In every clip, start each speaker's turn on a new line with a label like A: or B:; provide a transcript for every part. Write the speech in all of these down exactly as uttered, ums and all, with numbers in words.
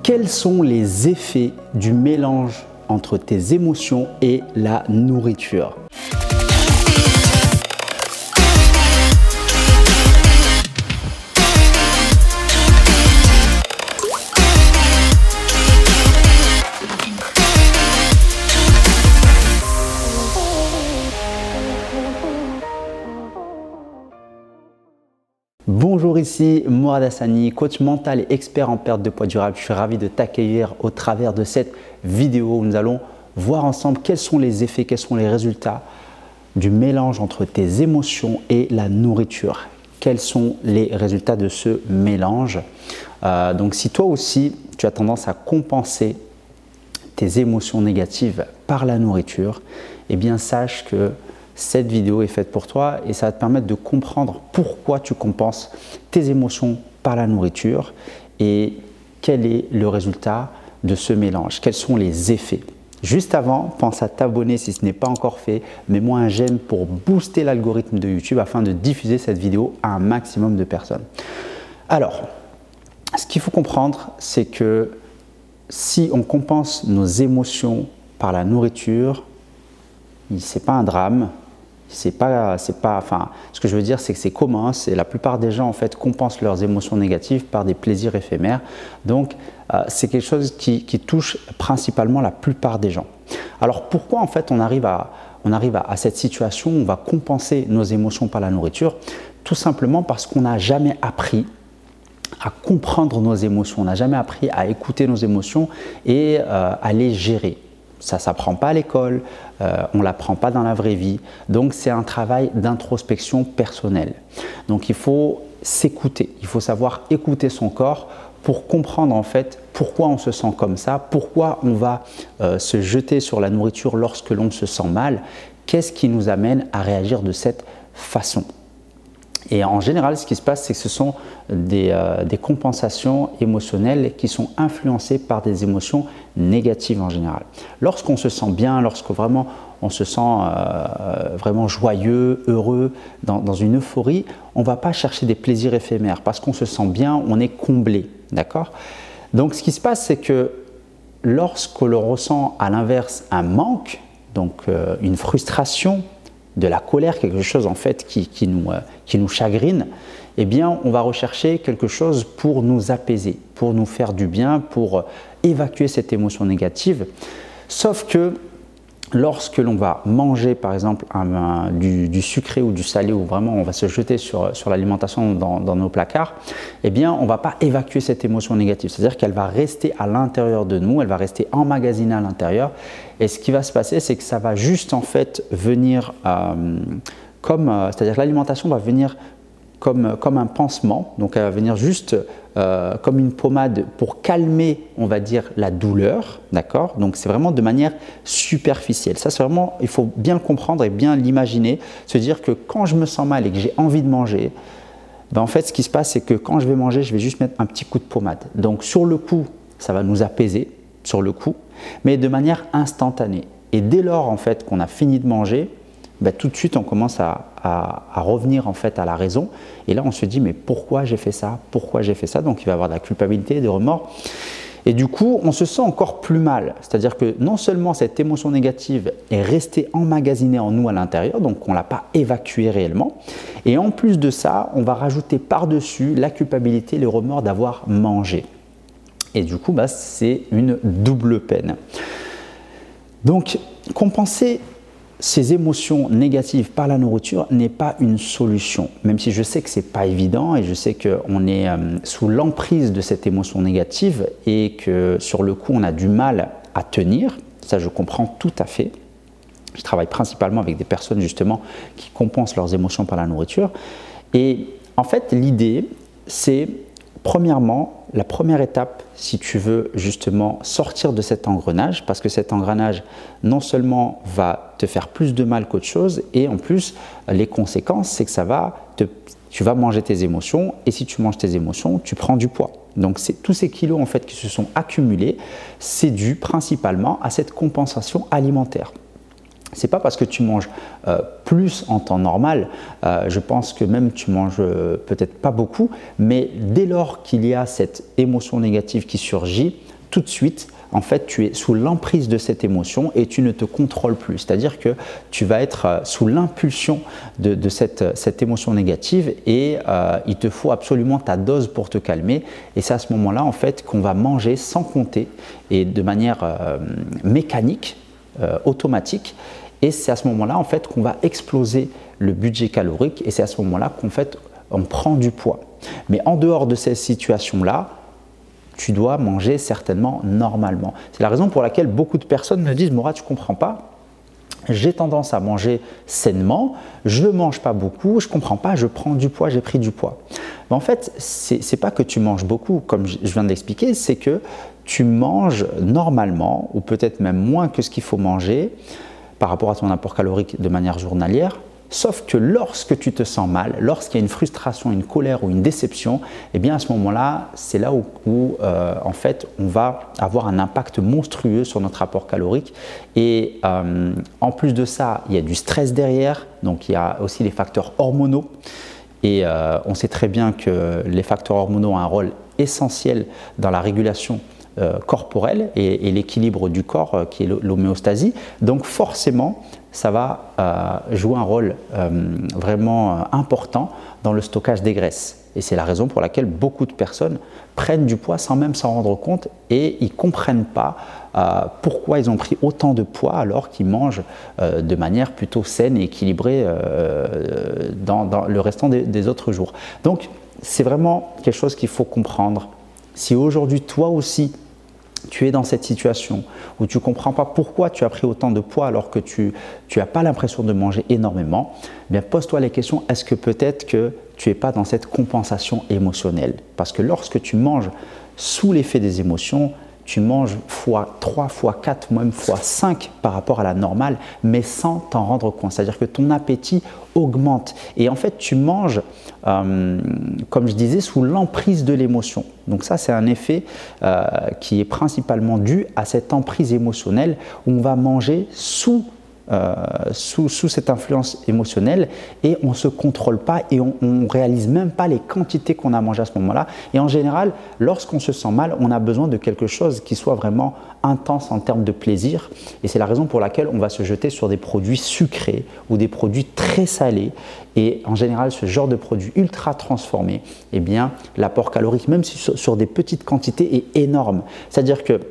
A: Quels sont les effets du mélange entre tes émotions et la nourriture ? Bonjour, ici Mourad Hassani, coach mental et expert en perte de poids durable. Je suis ravi de t'accueillir au travers de cette vidéo où nous allons voir ensemble quels sont les effets, quels sont les résultats du mélange entre tes émotions et la nourriture. Quels sont les résultats de ce mélange? euh, Donc si toi aussi tu as tendance à compenser tes émotions négatives par la nourriture, eh bien sache que cette vidéo est faite pour toi et ça va te permettre de comprendre pourquoi tu compenses tes émotions par la nourriture et quel est le résultat de ce mélange, quels sont les effets. Juste avant, pense à t'abonner si ce n'est pas encore fait, mets-moi un j'aime pour booster l'algorithme de YouTube afin de diffuser cette vidéo à un maximum de personnes. Alors, ce qu'il faut comprendre, c'est que si on compense nos émotions par la nourriture, ce n'est pas un drame. C'est pas, c'est pas, enfin, ce que je veux dire, c'est que c'est commun. C'est la plupart des gens en fait compensent leurs émotions négatives par des plaisirs éphémères. Donc, euh, c'est quelque chose qui, qui touche principalement la plupart des gens. Alors, pourquoi en fait on arrive à, on arrive à, à cette situation où on va compenser nos émotions par la nourriture? Tout simplement parce qu'on n'a jamais appris à comprendre nos émotions. On n'a jamais appris à écouter nos émotions et euh, à les gérer. Ça ne s'apprend pas à l'école, euh, on ne l'apprend pas dans la vraie vie. Donc, c'est un travail d'introspection personnelle. Donc, il faut s'écouter, il faut savoir écouter son corps pour comprendre en fait pourquoi on se sent comme ça, pourquoi on va euh, se jeter sur la nourriture lorsque l'on se sent mal, qu'est-ce qui nous amène à réagir de cette façon. Et en général, ce qui se passe, c'est que ce sont des, euh, des compensations émotionnelles qui sont influencées par des émotions négatives en général. Lorsqu'on se sent bien, lorsque vraiment on se sent euh, vraiment joyeux, heureux, dans, dans une euphorie, on ne va pas chercher des plaisirs éphémères parce qu'on se sent bien, on est comblé, d'accord? Donc ce qui se passe, c'est que lorsque l'on ressent à l'inverse un manque, donc euh, une frustration, de la colère, quelque chose en fait qui, qui, nous, euh, qui nous chagrine, eh bien on va rechercher quelque chose pour nous apaiser, pour nous faire du bien, pour euh, évacuer cette émotion négative. Sauf que lorsque l'on va manger par exemple un, un, du, du sucré ou du salé, où vraiment on va se jeter sur, sur l'alimentation dans, dans nos placards, eh bien on ne va pas évacuer cette émotion négative. C'est-à-dire qu'elle va rester à l'intérieur de nous, elle va rester emmagasinée à l'intérieur. Et ce qui va se passer, c'est que ça va juste en fait venir euh, comme, euh, c'est-à-dire que l'alimentation va venir comme, comme un pansement, donc elle va venir juste euh, comme une pommade pour calmer, on va dire, la douleur, d'accord? Donc c'est vraiment de manière superficielle. Ça, c'est vraiment, il faut bien le comprendre et bien l'imaginer, se dire que quand je me sens mal et que j'ai envie de manger, ben en fait, ce qui se passe, c'est que quand je vais manger, je vais juste mettre un petit coup de pommade. Donc sur le coup, ça va nous apaiser, sur le coup, mais de manière instantanée. Et dès lors en fait qu'on a fini de manger, ben, tout de suite on commence à, à, à revenir en fait à la raison. Et là on se dit mais pourquoi j'ai fait ça? Pourquoi j'ai fait ça? Donc il va y avoir de la culpabilité, des remords. Et du coup on se sent encore plus mal. C'est-à-dire que non seulement cette émotion négative est restée emmagasinée en nous à l'intérieur, donc on ne l'a pas évacuée réellement. Et en plus de ça, on va rajouter par-dessus la culpabilité, le remords d'avoir mangé. Et du coup, bah, c'est une double peine. Donc, compenser ces émotions négatives par la nourriture n'est pas une solution. Même si je sais que ce n'est pas évident et je sais qu'on est euh, sous l'emprise de cette émotion négative et que sur le coup, on a du mal à tenir. Ça, je comprends tout à fait. Je travaille principalement avec des personnes justement qui compensent leurs émotions par la nourriture. Et en fait, l'idée, c'est premièrement, la première étape, si tu veux justement sortir de cet engrenage, parce que cet engrenage non seulement va te faire plus de mal qu'autre chose, et en plus, les conséquences, c'est que ça va te, tu vas manger tes émotions, et si tu manges tes émotions, tu prends du poids. Donc tous ces kilos en fait qui se sont accumulés, c'est dû principalement à cette compensation alimentaire. C'est pas parce que tu manges euh, plus en temps normal, euh, je pense que même tu manges euh, peut-être pas beaucoup, mais dès lors qu'il y a cette émotion négative qui surgit, tout de suite, en fait, tu es sous l'emprise de cette émotion et tu ne te contrôles plus. C'est-à-dire que tu vas être sous l'impulsion de, de cette, cette émotion négative et euh, il te faut absolument ta dose pour te calmer. Et c'est à ce moment-là, en fait, qu'on va manger sans compter et de manière euh, mécanique, euh, automatique. Et c'est à ce moment-là, en fait, qu'on va exploser le budget calorique et c'est à ce moment-là qu'en fait, on prend du poids. Mais en dehors de ces situations-là, tu dois manger certainement normalement. C'est la raison pour laquelle beaucoup de personnes me disent « Mourad, je ne comprends pas, j'ai tendance à manger sainement, je ne mange pas beaucoup, je ne comprends pas, je prends du poids, j'ai pris du poids. » En fait, ce n'est pas que tu manges beaucoup, comme je viens d'expliquer, c'est que tu manges normalement, ou peut-être même moins que ce qu'il faut manger par rapport à ton apport calorique de manière journalière. Sauf que lorsque tu te sens mal, lorsqu'il y a une frustration, une colère ou une déception, eh bien à ce moment-là, c'est là où, où euh, en fait, on va avoir un impact monstrueux sur notre apport calorique. Et euh, en plus de ça, il y a du stress derrière, donc il y a aussi les facteurs hormonaux. Et euh, on sait très bien que les facteurs hormonaux ont un rôle essentiel dans la régulation euh, corporelle et, et l'équilibre du corps, euh, qui est l'homéostasie. Donc forcément, ça va euh, jouer un rôle euh, vraiment euh, important dans le stockage des graisses. Et c'est la raison pour laquelle beaucoup de personnes prennent du poids sans même s'en rendre compte et ils ne comprennent pas euh, pourquoi ils ont pris autant de poids alors qu'ils mangent euh, de manière plutôt saine et équilibrée euh, dans, dans le restant des, des autres jours. Donc, c'est vraiment quelque chose qu'il faut comprendre. Si aujourd'hui, toi aussi, tu es dans cette situation où tu ne comprends pas pourquoi tu as pris autant de poids alors que tu n'as pas l'impression de manger énormément, eh bien pose-toi les questions, est-ce que peut-être que tu n'es pas dans cette compensation émotionnelle? Parce que lorsque tu manges sous l'effet des émotions, tu manges fois trois, fois quatre, même fois cinq par rapport à la normale, mais sans t'en rendre compte. C'est-à-dire que ton appétit augmente. Et en fait, tu manges, euh, comme je disais, sous l'emprise de l'émotion. Donc ça, c'est un effet euh, qui est principalement dû à cette emprise émotionnelle où on va manger sous Euh, sous, sous cette influence émotionnelle et on ne se contrôle pas et on ne réalise même pas les quantités qu'on a mangées à ce moment-là. Et en général, lorsqu'on se sent mal, on a besoin de quelque chose qui soit vraiment intense en termes de plaisir et c'est la raison pour laquelle on va se jeter sur des produits sucrés ou des produits très salés et en général, ce genre de produits ultra transformés, eh bien, l'apport calorique, même si sur, sur des petites quantités, est énorme. C'est-à-dire que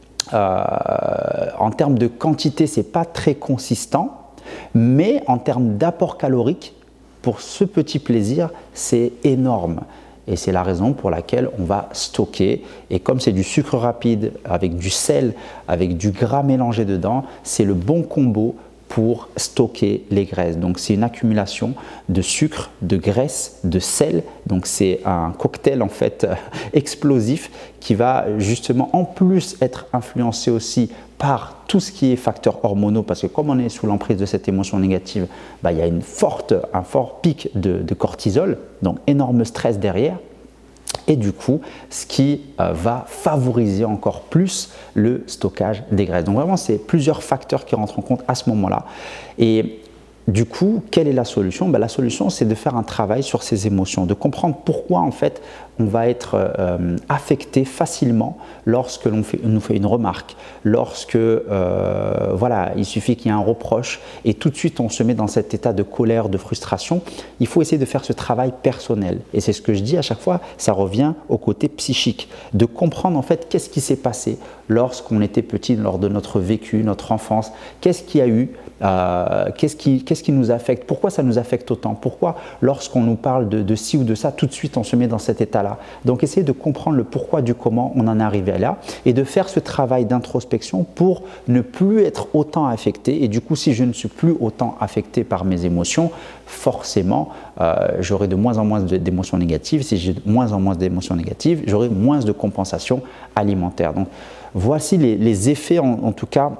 A: Euh, en termes de quantité, ce n'est pas très consistant, mais en termes d'apport calorique, pour ce petit plaisir, c'est énorme. Et c'est la raison pour laquelle on va stocker. Et comme c'est du sucre rapide, avec du sel, avec du gras mélangé dedans, c'est le bon combo pour stocker les graisses. Donc c'est une accumulation de sucre, de graisse, de sel. Donc c'est un cocktail en fait explosif qui va justement en plus être influencé aussi par tout ce qui est facteurs hormonaux parce que comme on est sous l'emprise de cette émotion négative, bah, il y a une forte, un fort pic de, de cortisol, donc énorme stress derrière. Et du coup, ce qui euh, va favoriser encore plus le stockage des graisses. Donc vraiment, c'est plusieurs facteurs qui rentrent en compte à ce moment-là. Et du coup, quelle est la solution? Ben, la solution, c'est de faire un travail sur ces émotions, de comprendre pourquoi en fait on va être euh, affecté facilement lorsque l'on fait, nous fait une remarque, lorsque euh, voilà, il suffit qu'il y ait un reproche et tout de suite on se met dans cet état de colère, de frustration. Il faut essayer de faire ce travail personnel et c'est ce que je dis à chaque fois, ça revient au côté psychique, de comprendre en fait qu'est-ce qui s'est passé lorsqu'on était petit, lors de notre vécu, notre enfance, qu'est-ce qu'il y a eu, euh, qu'est-ce qui, qu'est-ce qui nous affecte, pourquoi ça nous affecte autant, pourquoi lorsqu'on nous parle de, de ci ou de ça, tout de suite on se met dans cet état-là. Donc, essayez de comprendre le pourquoi du comment on en est arrivé là et de faire ce travail d'introspection pour ne plus être autant affecté. Et du coup, si je ne suis plus autant affecté par mes émotions, forcément, euh, j'aurai de moins en moins d'émotions négatives. Si j'ai de moins en moins d'émotions négatives, j'aurai moins de compensation alimentaire. Donc, voici les, les effets, en, en tout cas,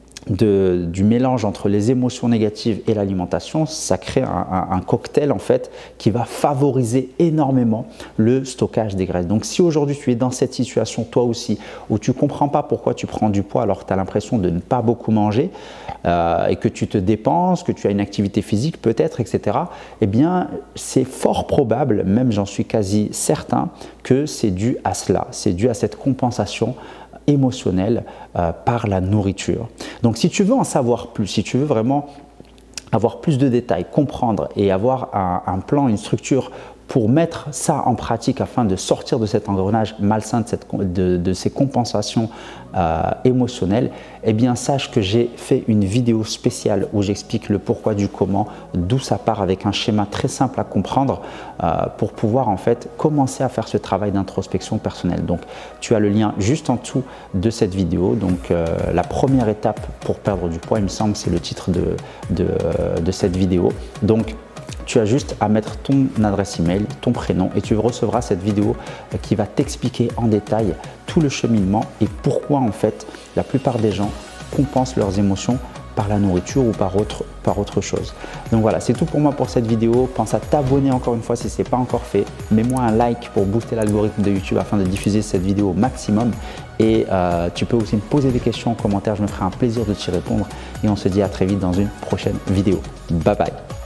A: De, du mélange entre les émotions négatives et l'alimentation. Ça crée un, un, un cocktail en fait qui va favoriser énormément le stockage des graisses. Donc si aujourd'hui tu es dans cette situation toi aussi où tu ne comprends pas pourquoi tu prends du poids alors que tu as l'impression de ne pas beaucoup manger euh, et que tu te dépenses, que tu as une activité physique peut-être, et cetera, eh bien c'est fort probable, même j'en suis quasi certain, que c'est dû à cela, c'est dû à cette compensation émotionnel euh, par la nourriture. Donc si tu veux en savoir plus, si tu veux vraiment avoir plus de détails, comprendre et avoir un, un plan, une structure pour mettre ça en pratique afin de sortir de cet engrenage malsain, de, cette, de, de ces compensations euh, émotionnelles, eh bien sache que j'ai fait une vidéo spéciale où j'explique le pourquoi du comment, d'où ça part avec un schéma très simple à comprendre euh, pour pouvoir en fait commencer à faire ce travail d'introspection personnelle. Donc tu as le lien juste en dessous de cette vidéo. Donc euh, la première étape pour perdre du poids, il me semble, c'est le titre de, de, de cette vidéo. Donc tu as juste à mettre ton adresse email, ton prénom et tu recevras cette vidéo qui va t'expliquer en détail tout le cheminement et pourquoi en fait la plupart des gens compensent leurs émotions par la nourriture ou par autre, par autre chose. Donc voilà, c'est tout pour moi pour cette vidéo. Pense à t'abonner encore une fois si ce n'est pas encore fait. Mets-moi un like pour booster l'algorithme de YouTube afin de diffuser cette vidéo au maximum. Et euh, tu peux aussi me poser des questions en commentaire, je me ferai un plaisir de t'y répondre. Et on se dit à très vite dans une prochaine vidéo. Bye bye.